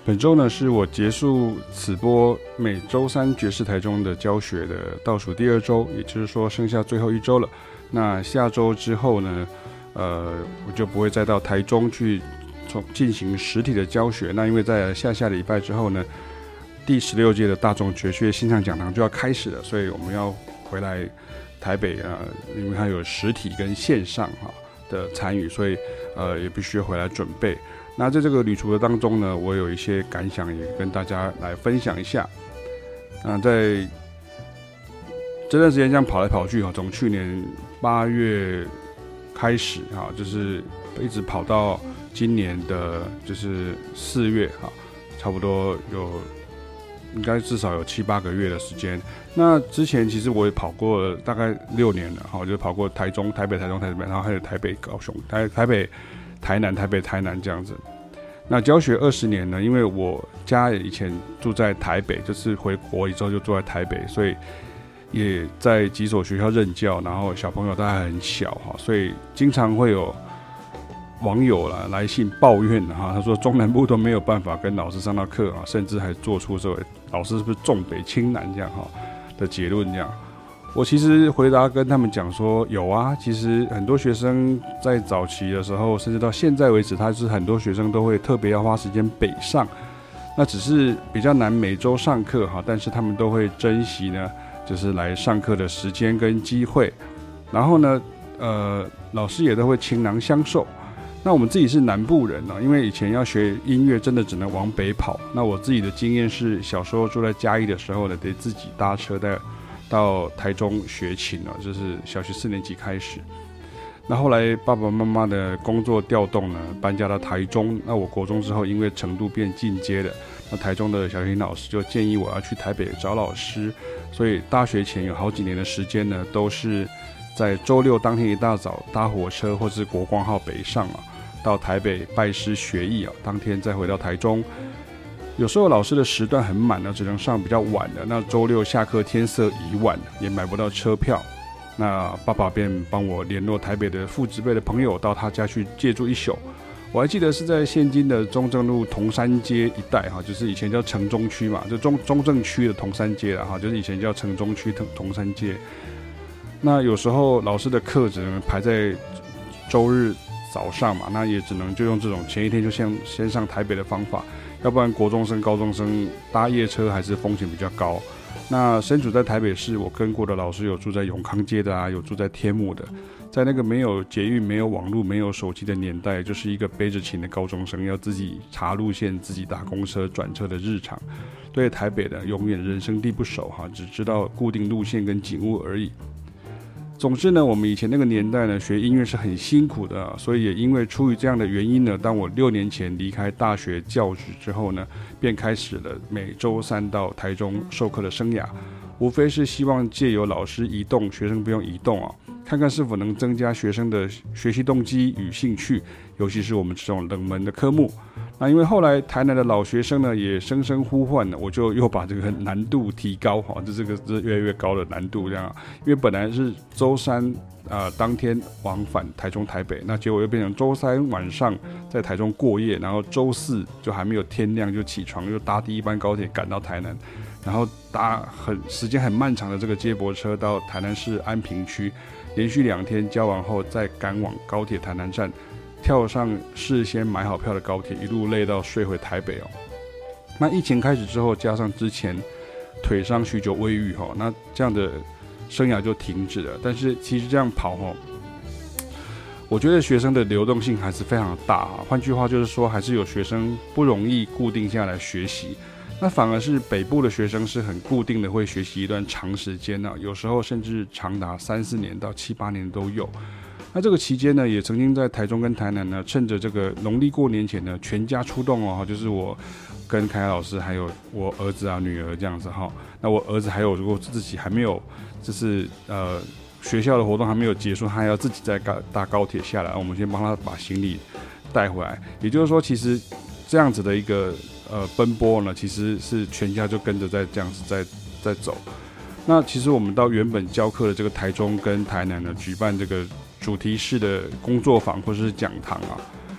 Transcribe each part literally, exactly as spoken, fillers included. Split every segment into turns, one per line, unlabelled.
本周呢是我结束此波每周三爵士台中的教学的倒数第二周，也就是说剩下最后一周了。那下周之后呢，呃，我就不会再到台中去进行实体的教学。那因为在下下礼拜之后呢，第十六届的大众爵士新唱讲堂就要开始了，所以我们要回来台北啊，因为它有实体跟线上哈的参与，所以呃也必须回来准备。那在这个旅途的当中呢，我有一些感想也跟大家来分享一下。那在这段时间这样跑来跑去哈，从去年八月开始哈，就是一直跑到今年的就是四月哈，差不多有应该至少有七八个月的时间。那之前其实我也跑过大概六年了哈，我就跑过台中、台北、台中、台北，然后还有台北、高雄、台台北。台南、台北、台南这样子。那教学二十年呢，因为我家以前住在台北，就是回国以后就住在台北，所以也在几所学校任教，然后小朋友都还很小哈，所以经常会有网友啦来信抱怨哈，他说中南部都没有办法跟老师上到课啊，甚至还做出这老师是不是重北轻南这样哈的结论这样。我其实回答跟他们讲说，有啊，其实很多学生在早期的时候，甚至到现在为止，他是很多学生都会特别要花时间北上，那只是比较难每周上课哈，但是他们都会珍惜呢，就是来上课的时间跟机会，然后呢，呃，老师也都会倾囊相授。那我们自己是南部人啊，因为以前要学音乐真的只能往北跑。那我自己的经验是，小时候住在嘉义的时候呢，得自己搭车带。到台中学琴了，就是小学四年级开始。那后来爸爸妈妈的工作调动呢，搬家到台中。那我国中之后，因为程度变进阶了，那台中的小提琴老师就建议我要去台北找老师。所以大学前有好几年的时间呢，都是在周六当天一大早搭火车或是国光号北上啊，到台北拜师学艺啊，当天再回到台中。有时候老师的时段很满呢，只能上比较晚的。那周六下课天色已晚，也买不到车票。那爸爸便帮我联络台北的父执辈的朋友，到他家去借住一宿。我还记得是在现今的中正路同山街一带哈，就是以前叫城中区嘛，就中中正区的同山街了哈，就是以前叫城中区同同山街。那有时候老师的课只能排在周日早上嘛，那也只能就用这种前一天就先先上台北的方法。要不然国中生、高中生搭夜车还是风险比较高。那身处在台北市，我跟过的老师有住在永康街的啊，有住在天母的。在那个没有捷运、没有网络、没有手机的年代，就是一个背着琴的高中生要自己查路线、自己搭公车转车的日常。对台北的永远人生地不熟哈，只知道固定路线跟景物而已。总之呢，我们以前那个年代呢，学音乐是很辛苦的、啊，所以也因为出于这样的原因呢，当我六年前离开大学教职之后呢，便开始了每周三到台中授课的生涯，无非是希望借由老师移动，学生不用移动啊，看看是否能增加学生的学习动机与兴趣，尤其是我们这种冷门的科目。那因为后来台南的老学生呢也声声呼唤了，我就又把这个难度提高哈，这这个是越来越高的难度这样。因为本来是周三啊、呃、当天往返台中台北，那结果又变成周三晚上在台中过夜，然后周四就还没有天亮就起床，又搭第一班高铁赶到台南，然后搭很时间很漫长的这个接驳车到台南市安平区，连续两天教完后再赶往高铁台南站。跳上事先买好票的高铁，一路累到睡回台北哦。那疫情开始之后，加上之前腿伤许久未愈哈，那这样的生涯就停止了。但是其实这样跑哈，我觉得学生的流动性还是非常的大啊。换句话就是说，还是有学生不容易固定下来学习。那反而是北部的学生是很固定的，会学习一段长时间啊，有时候甚至长达三四年到七八年都有。那这个期间呢，也曾经在台中跟台南呢，趁着这个农历过年前呢，全家出动哦，就是我跟凯凯老师还有我儿子啊、女儿这样子哈。那我儿子还有如果自己还没有，就是呃学校的活动还没有结束，他还要自己再搭高铁下来，我们先帮他把行李带回来。也就是说，其实这样子的一个呃奔波呢，其实是全家就跟着在这样子在在走。那其实我们到原本教课的这个台中跟台南呢，举办这个主题式的工作坊或者是讲堂啊，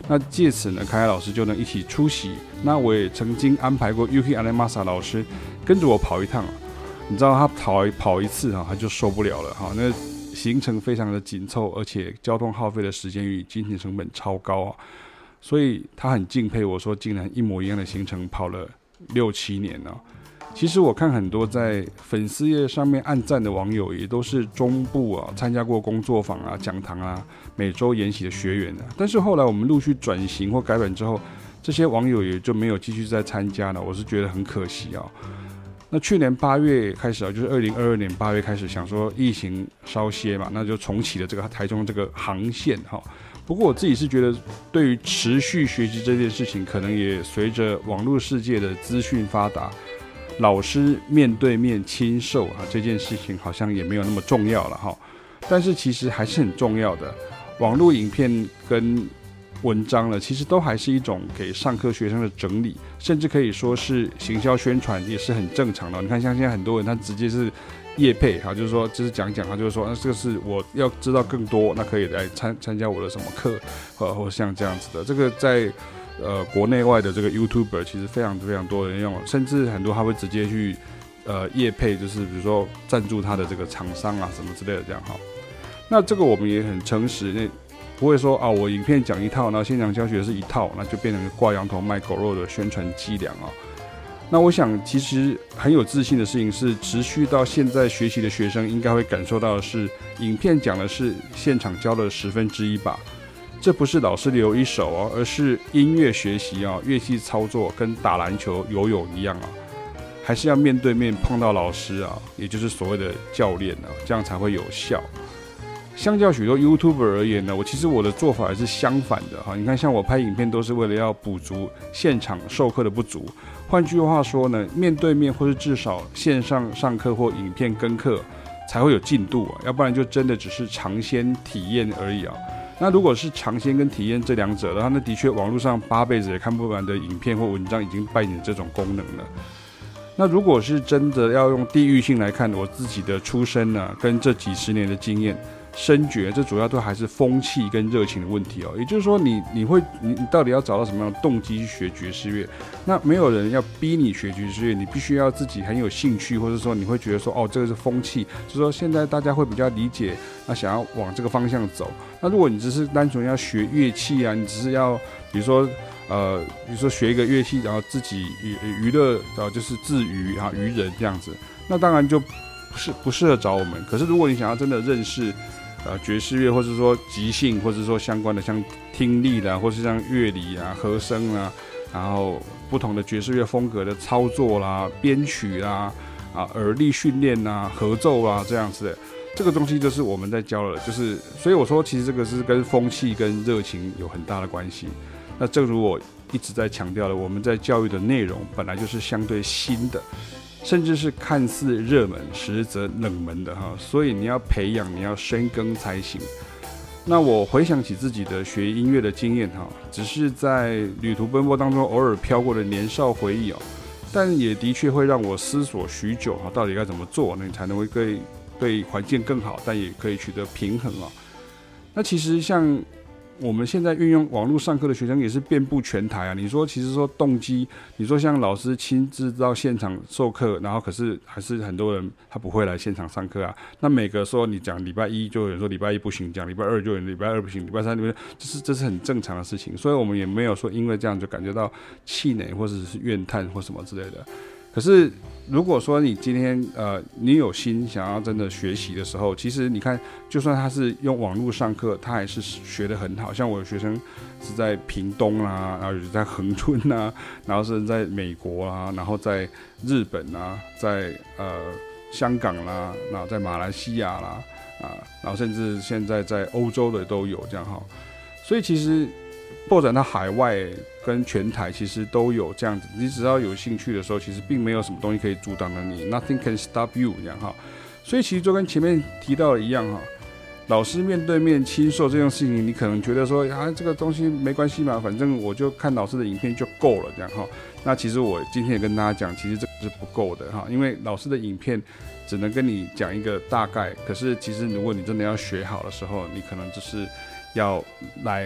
那借此呢，凯凯老师就能一起出席。那我也曾经安排过 Yuki Anemasa 老师跟着我跑一趟啊，你知道他跑跑一次啊，他就受不了了哈，那行程非常的紧凑，而且交通耗费的时间与金钱成本超高啊，所以他很敬佩我说，竟然一模一样的行程跑了六七年啊。其实我看很多在粉丝页上面按赞的网友，也都是中部啊参加过工作坊啊、讲堂啊、每周研习的学员啊。但是后来我们陆续转型或改版之后，这些网友也就没有继续再参加了，我是觉得很可惜啊。那去年八月开始啊，就是二零二二年八月开始，想说疫情稍歇嘛，那就重启了这个台中这个航线哈。不过我自己是觉得，对于持续学习这件事情，可能也随着网络世界的资讯发达，老师面对面亲授啊，这件事情好像也没有那么重要了哈。但是其实还是很重要的，网络影片跟文章呢，其实都还是一种给上课学生的整理，甚至可以说是行销宣传，也是很正常的。你看，像现在很多人他直接是业配哈，就是说就是讲讲，他就是说，那、啊、这个是我要知道更多，那可以来参参加我的什么课，或或像这样子的。这个在呃国内外的这个 YouTuber 其实非常非常多人用，甚至很多他会直接去呃业配，就是比如说赞助他的这个厂商啊什么之类的这样哈。那这个我们也很诚实，那不会说啊，我影片讲一套，然后现场教学是一套，那就变成挂羊头卖狗肉的宣传伎俩啊。那我想，其实很有自信的事情是，持续到现在学习的学生应该会感受到的是，影片讲的是现场教的十分之一吧。这不是老师留一手哦，而是音乐学习啊，乐器操作跟打篮球、游泳一样啊，还是要面对面碰到老师啊，也就是所谓的教练啊，这样才会有效。相较许多 YouTuber 而言呢，我其实我的做法还是相反的哈。你看，像我拍影片都是为了要补足现场授课的不足。换句话说呢，面对面或是至少线上上课或影片跟课才会有进度啊，要不然就真的只是尝鲜体验而已啊。那如果是尝鲜跟体验这两者的话，那的确网络上八辈子也看不完的影片或文章已经扮演这种功能了。那如果是真的要用地域性来看，我自己的出身呢、啊，跟这几十年的经验，深觉这主要都还是风气跟热情的问题哦。也就是说你，你你会你你到底要找到什么样的动机去学爵士乐？那没有人要逼你学爵士乐，你必须要自己很有兴趣，或者说你会觉得说，哦，这个是风气，就是说现在大家会比较理解，那想要往这个方向走。那如果你只是单纯要学乐器啊，你只是要比如说呃，比如说学一个乐器，然后自己娱娱乐，然后就是自娱啊娱人这样子，那当然就不是不适合找我们。可是如果你想要真的认识呃，爵士乐，或者说即兴，或者说相关的像听力啦，或是像乐理啊、和声啊，然后不同的爵士乐风格的操作啦、编曲啦、啊耳力训练啦、合奏啦这样子的，这个东西就是我们在教了，就是所以我说，其实这个是跟风气跟热情有很大的关系。那正如我一直在强调的，我们在教育的内容本来就是相对新的。甚至是看似热门，实则冷门的哈，所以你要培养，你要深耕才行。那我回想起自己的学音乐的经验哈，只是在旅途奔波当中偶尔飘过的年少回忆哦，但也的确会让我思索许久哈，到底该怎么做，那你才能会对对环境更好，但也可以取得平衡啊。那其实像我们现在运用网络上课的学生也是遍布全台啊。你说，其实说动机，你说像老师亲自到现场授课，然后可是还是很多人他不会来现场上课啊。那每个说你讲礼拜一，就有人说礼拜一不行，讲礼拜二就有人礼拜二不行，礼拜三礼拜这是这是很正常的事情。所以我们也没有说因为这样就感觉到气馁或者是怨叹或什么之类的。可是如果说你今天呃你有心想要真的学习的时候，其实你看，就算他是用网络上课，他还是学得很好。像我有学生是在屏东啊，然后有在恒春啊，然后是在美国啊，然后在日本啊，在呃香港啦，然后在马来西亚啦啊，然后甚至现在在欧洲的都有这样哈。所以其实拓展到海外跟全台其实都有这样子，你只要有兴趣的时候，其实并没有什么东西可以阻挡了你 ，Nothing can stop you 这样哈。所以其实就跟前面提到的一样哈，老师面对面亲授这件事情，你可能觉得说啊这个东西没关系嘛，反正我就看老师的影片就够了这样哈。那其实我今天也跟大家讲，其实这是不够的哈，因为老师的影片只能跟你讲一个大概，可是其实如果你真的要学好的时候，你可能就是要来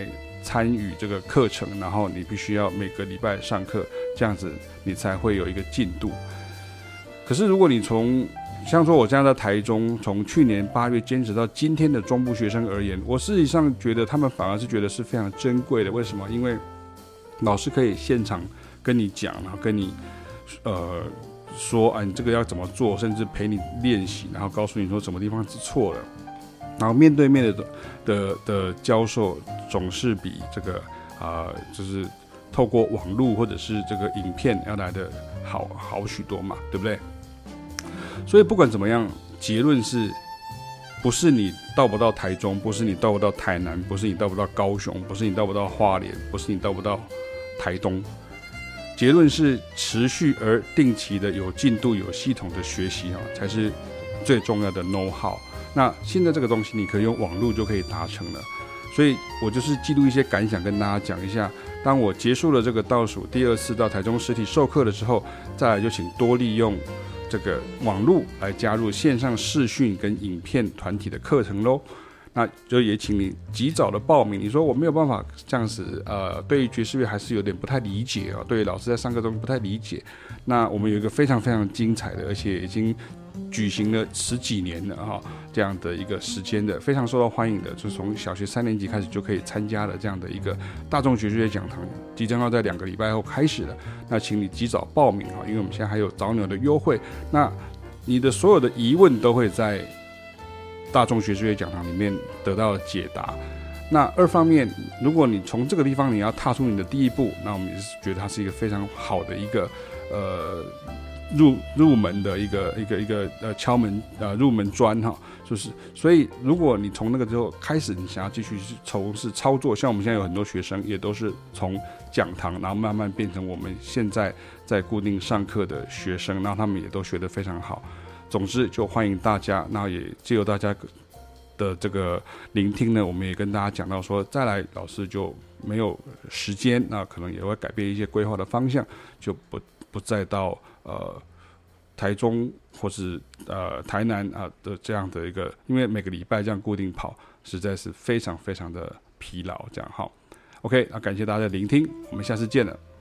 参与这个课程，然后你必须要每个礼拜上课，这样子你才会有一个进度。可是如果你从像说我这样在台中，从去年八月坚持到今天的中部学生而言，我实际上觉得他们反而是觉得是非常珍贵的。为什么？因为老师可以现场跟你讲，然后跟你呃说啊，你这个要怎么做，甚至陪你练习，然后告诉你说什么地方是错了。然后面对面的的的教授总是比这个啊、呃，就是透过网络或者是这个影片要来的好好许多嘛，对不对？所以不管怎么样，结论是，不是你到不到台中，不是你到不到台南，不是你到不到高雄，不是你到不到花莲，不是你到不到台东，结论是持续而定期的有进度、有系统的学习啊，才是最重要的 know how。那现在这个东西你可以用网络就可以达成了，所以我就是记录一些感想跟大家讲一下。当我结束了这个倒数第二次到台中实体授课的时候，再来就请多利用这个网络来加入线上视讯跟影片团体的课程咯。那就也请你及早的报名。你说我没有办法这样子，呃，对于爵士乐还是有点不太理解哦，对于老师在上课中不太理解。那我们有一个非常非常精彩的，而且已经举行了十几年了哈，这样的一个时间的，非常受到欢迎的，就是从小学三年级开始就可以参加的这样的一个大众爵士乐讲堂，即将要在两个礼拜后开始了。那请你及早报名哈，因为我们现在还有早鸟的优惠。那你的所有的疑问都会在大众爵士乐讲堂里面得到解答。那二方面，如果你从这个地方你要踏出你的第一步，那我们也是觉得它是一个非常好的一个呃入入门的一个一个一个呃敲门呃入门砖哈，就是所以如果你从那个之后开始，你想要继续从事操作，像我们现在有很多学生也都是从讲堂，然后慢慢变成我们现在在固定上课的学生，然后他们也都学得非常好。总之就欢迎大家，那也借由大家的这个聆听呢，我们也跟大家讲到说，再来老师就没有时间，那可能也会改变一些规划的方向，就不不再到呃台中或是呃台南啊的这样的一个，因为每个礼拜这样固定跑，实在是非常非常的疲劳，这样好。OK， 那感谢大家的聆听，我们下次见了。